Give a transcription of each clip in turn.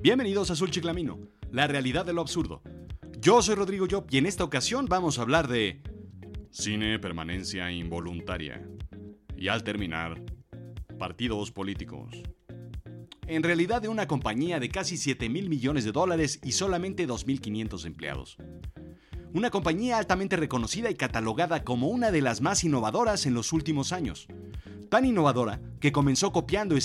Bienvenidos a Azul Chiclamino, la realidad de lo absurdo. Yo soy Rodrigo Job y en esta ocasión vamos a hablar de cine, permanencia involuntaria y al terminar, partidos políticos. En realidad de una compañía de casi 7,000 millones de dólares y solamente 2,500 empleados. Una compañía altamente reconocida y catalogada como una de las más innovadoras en los últimos años. Tan innovadora que comenzó copiando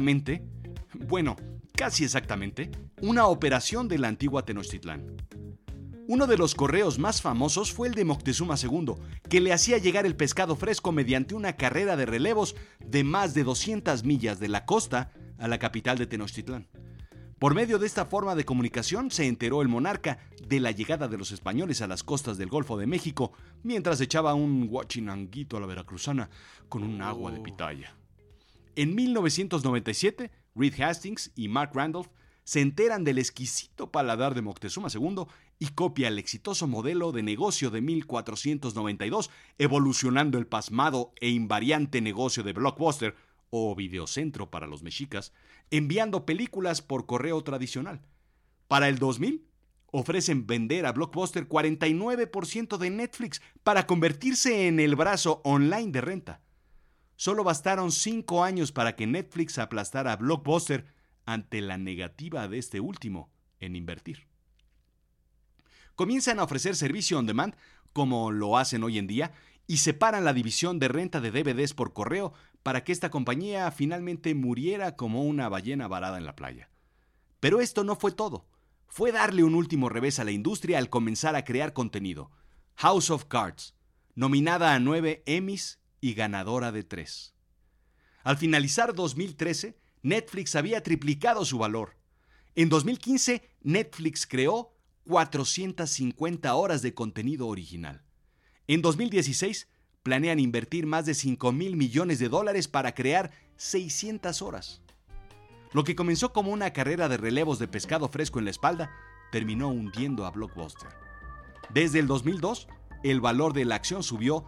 casi exactamente, una operación de la antigua Tenochtitlán. Uno de los correos más famosos fue el de Moctezuma II, que le hacía llegar el pescado fresco mediante una carrera de relevos de más de 200 millas de la costa a la capital de Tenochtitlán. Por medio de esta forma de comunicación se enteró el monarca de la llegada de los españoles a las costas del Golfo de México mientras echaba un guachinanguito a la veracruzana con un agua de pitaya. En 1997, Reed Hastings y Mark Randolph se enteran del exquisito paladar de Moctezuma II y copia el exitoso modelo de negocio de 1492, evolucionando el pasmado e invariante negocio de Blockbuster o Videocentro para los mexicas, enviando películas por correo tradicional. Para el 2000, ofrecen vender a Blockbuster 49% de Netflix para convertirse en el brazo online de renta. Solo bastaron 5 años para que Netflix aplastara a Blockbuster ante la negativa de este último en invertir. Comienzan a ofrecer servicio on demand, como lo hacen hoy en día, y separan la división de renta de DVDs por correo para que esta compañía finalmente muriera como una ballena varada en la playa. Pero esto no fue todo. Fue darle un último revés a la industria al comenzar a crear contenido. House of Cards, nominada a 9 Emmys y ganadora de 3. Al finalizar 2013, Netflix había triplicado su valor. En 2015, Netflix creó 450 horas de contenido original. En 2016, planean invertir más de 5,000 millones de dólares para crear 600 horas. Lo que comenzó como una carrera de relevos de pescado fresco en la espalda, terminó hundiendo a Blockbuster. Desde el 2002, el valor de la acción subió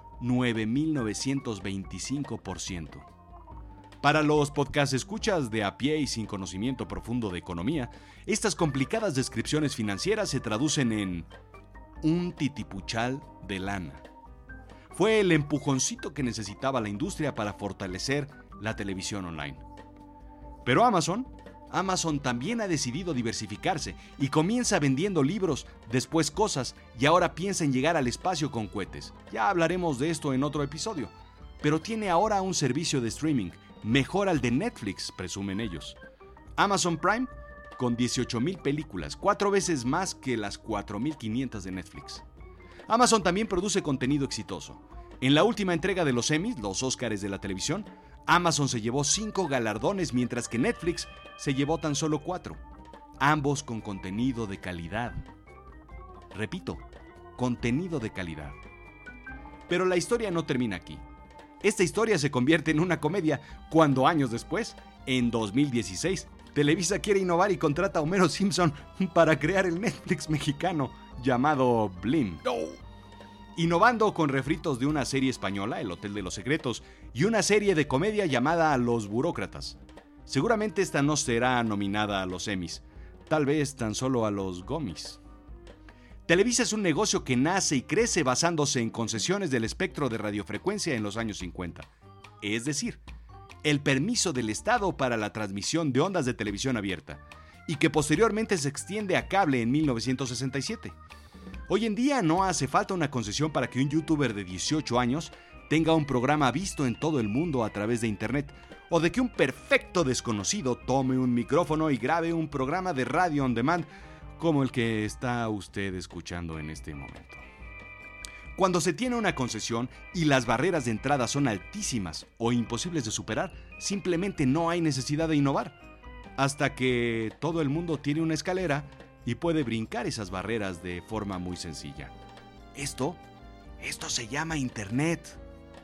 9,925%. Para los podcast escuchas de a pie y sin conocimiento profundo de economía, estas complicadas descripciones financieras se traducen en un titipuchal de lana. Fue el empujoncito que necesitaba la industria para fortalecer la televisión online. Pero Amazon también ha decidido diversificarse y comienza vendiendo libros, después cosas y ahora piensa en llegar al espacio con cohetes. Ya hablaremos de esto en otro episodio. Pero tiene ahora un servicio de streaming, mejor al de Netflix, presumen ellos. Amazon Prime, con 18,000 películas, 4 veces más que las 4,500 de Netflix. Amazon también produce contenido exitoso. En la última entrega de los Emmys, los Óscares de la televisión, Amazon se llevó 5 galardones, mientras que Netflix se llevó tan solo 4, ambos con contenido de calidad. Repito, contenido de calidad. Pero la historia no termina aquí. Esta historia se convierte en una comedia cuando años después, en 2016, Televisa quiere innovar y contrata a Homero Simpson para crear el Netflix mexicano llamado Blim. Innovando con refritos de una serie española, El Hotel de los Secretos, y una serie de comedia llamada Los Burócratas. Seguramente esta no será nominada a los Emmys, tal vez tan solo a los Gomis. Televisa es un negocio que nace y crece basándose en concesiones del espectro de radiofrecuencia en los años 50. Es decir, el permiso del Estado para la transmisión de ondas de televisión abierta, y que posteriormente se extiende a cable en 1967. Hoy en día no hace falta una concesión para que un youtuber de 18 años tenga un programa visto en todo el mundo a través de internet, o de que un perfecto desconocido tome un micrófono y grabe un programa de radio on demand como el que está usted escuchando en este momento. Cuando se tiene una concesión y las barreras de entrada son altísimas o imposibles de superar, simplemente no hay necesidad de innovar, hasta que todo el mundo tiene una escalera y puede brincar esas barreras de forma muy sencilla. Esto se llama Internet.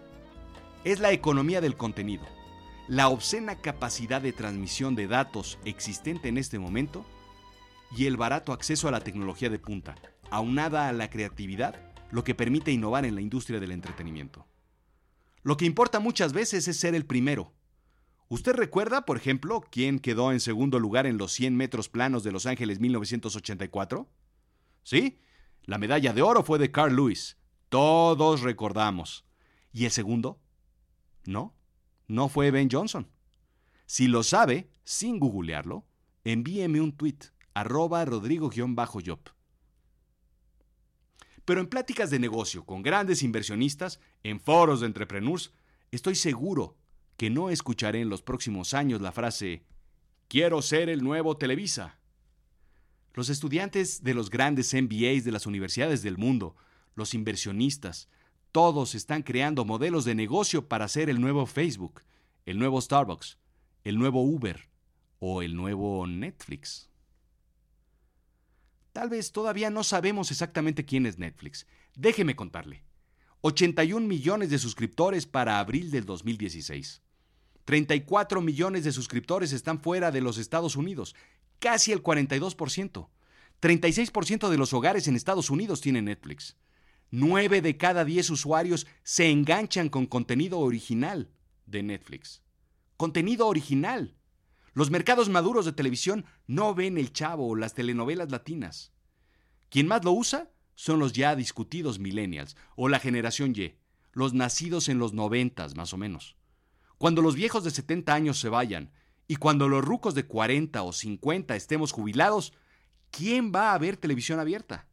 Es la economía del contenido. La obscena capacidad de transmisión de datos existente en este momento y el barato acceso a la tecnología de punta, aunada a la creatividad, lo que permite innovar en la industria del entretenimiento. Lo que importa muchas veces es ser el primero. ¿Usted recuerda, por ejemplo, quién quedó en segundo lugar en los 100 metros planos de Los Ángeles 1984? Sí, la medalla de oro fue de Carl Lewis. Todos recordamos. ¿Y el segundo? No fue Ben Johnson. Si lo sabe, sin googlearlo, envíeme un tuit, @Rodrigo_Job. Pero en pláticas de negocio con grandes inversionistas, en foros de entrepreneurs, estoy seguro que no escucharé en los próximos años la frase «Quiero ser el nuevo Televisa». Los estudiantes de los grandes MBAs de las universidades del mundo, los inversionistas, todos están creando modelos de negocio para ser el nuevo Facebook, el nuevo Starbucks, el nuevo Uber o el nuevo Netflix. Tal vez todavía no sabemos exactamente quién es Netflix. Déjeme contarle. 81 millones de suscriptores para abril del 2016. 34 millones de suscriptores están fuera de los Estados Unidos, casi el 42%. 36% de los hogares en Estados Unidos tienen Netflix. 9 de cada 10 usuarios se enganchan con contenido original de Netflix. Contenido original. Los mercados maduros de televisión no ven El Chavo o las telenovelas latinas. Quien más lo usa son los ya discutidos millennials o la generación Y, los nacidos en los 90 más o menos. Cuando los viejos de 70 años se vayan y cuando los rucos de 40 o 50 estemos jubilados, ¿quién va a ver televisión abierta?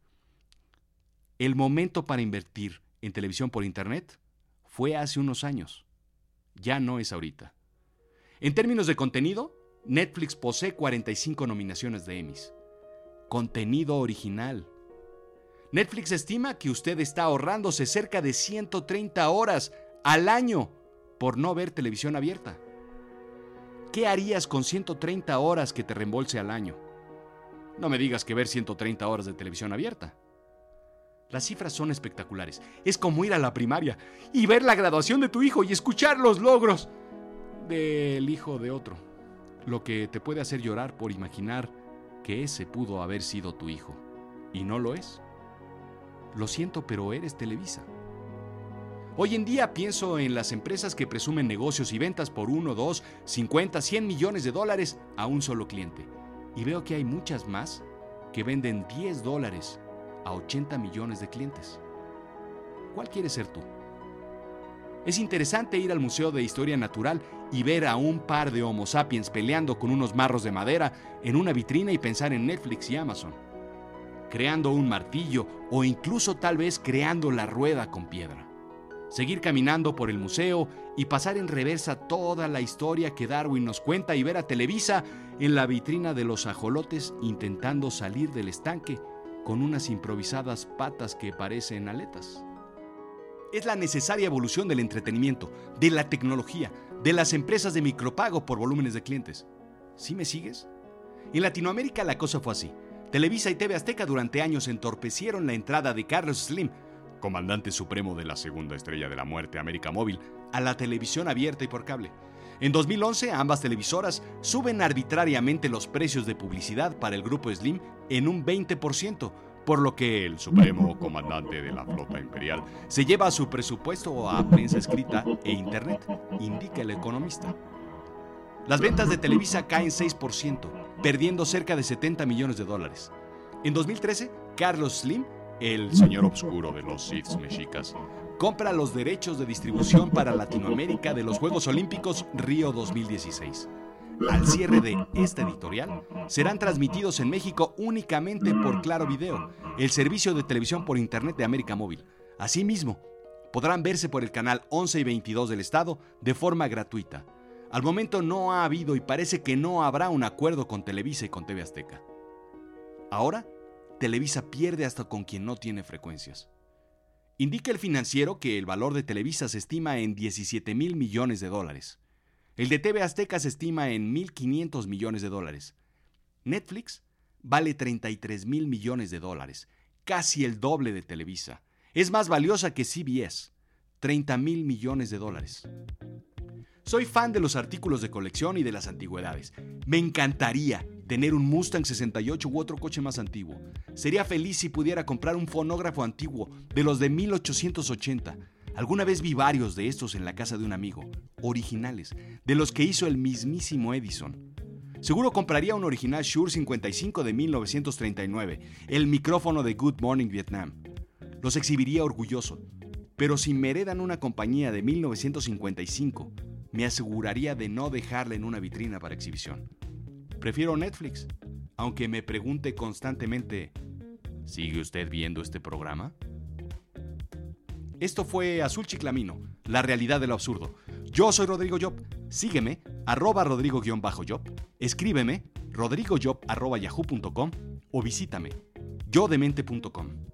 El momento para invertir en televisión por internet fue hace unos años. Ya no es ahorita. En términos de contenido, Netflix posee 45 nominaciones de Emmys. Contenido original. Netflix estima que usted está ahorrándose cerca de 130 horas al año por no ver televisión abierta. ¿Qué harías con 130 horas que te reembolse al año? No me digas que ver 130 horas de televisión abierta. Las cifras son espectaculares. Es como ir a la primaria y ver la graduación de tu hijo y escuchar los logros del hijo de otro. Lo que te puede hacer llorar por imaginar que ese pudo haber sido tu hijo. Y no lo es. Lo siento, pero eres Televisa. Hoy en día pienso en las empresas que presumen negocios y ventas por 1, 2, 50, 100 millones de dólares a un solo cliente. Y veo que hay muchas más que venden $10 a 80 millones de clientes. ¿Cuál quieres ser tú? Es interesante ir al Museo de Historia Natural y ver a un par de Homo sapiens peleando con unos marros de madera en una vitrina y pensar en Netflix y Amazon, creando un martillo o incluso tal vez creando la rueda con piedra. Seguir caminando por el museo y pasar en reversa toda la historia que Darwin nos cuenta y ver a Televisa en la vitrina de los ajolotes intentando salir del estanque con unas improvisadas patas que parecen aletas. Es la necesaria evolución del entretenimiento, de la tecnología, de las empresas de micropago por volúmenes de clientes. ¿Sí me sigues? En Latinoamérica la cosa fue así. Televisa y TV Azteca durante años entorpecieron la entrada de Carlos Slim, comandante supremo de la segunda estrella de la muerte, América Móvil, a la televisión abierta y por cable. En 2011, ambas televisoras suben arbitrariamente los precios de publicidad para el grupo Slim en un 20%, por lo que el supremo comandante de la flota imperial se lleva su presupuesto a prensa escrita e internet, indica el economista. Las ventas de Televisa caen 6%, perdiendo cerca de $70 millones. En 2013, Carlos Slim, el señor oscuro de los Siths mexicas, compra los derechos de distribución para Latinoamérica de los Juegos Olímpicos Río 2016. Al cierre de esta editorial, serán transmitidos en México únicamente por Claro Video, el servicio de televisión por internet de América Móvil. Asimismo, podrán verse por el canal 11 y 22 del Estado de forma gratuita. Al momento no ha habido y parece que no habrá un acuerdo con Televisa y con TV Azteca. Ahora, Televisa pierde hasta con quien no tiene frecuencias. Indica el Financiero que el valor de Televisa se estima en $17,000 millones. El de TV Azteca se estima en $1,500 millones. Netflix vale $33,000 millones, casi el doble de Televisa. Es más valiosa que CBS, $30,000 millones. Soy fan de los artículos de colección y de las antigüedades. Me encantaría tener un Mustang 68 u otro coche más antiguo. Sería feliz si pudiera comprar un fonógrafo antiguo de los de 1880. Alguna vez vi varios de estos en la casa de un amigo, originales, de los que hizo el mismísimo Edison. Seguro compraría un original Shure 55 de 1939, el micrófono de Good Morning Vietnam. Los exhibiría orgulloso, pero si me heredan una compañía de 1955, me aseguraría de no dejarla en una vitrina para exhibición. Prefiero Netflix, aunque me pregunte constantemente, ¿sigue usted viendo este programa? Esto fue Azul Chiclamino, la realidad de lo absurdo. Yo soy Rodrigo Job. Sígueme, @Rodrigo_Job. Escríbeme, rodrigojob@yahoo.com o visítame, yodemente.com.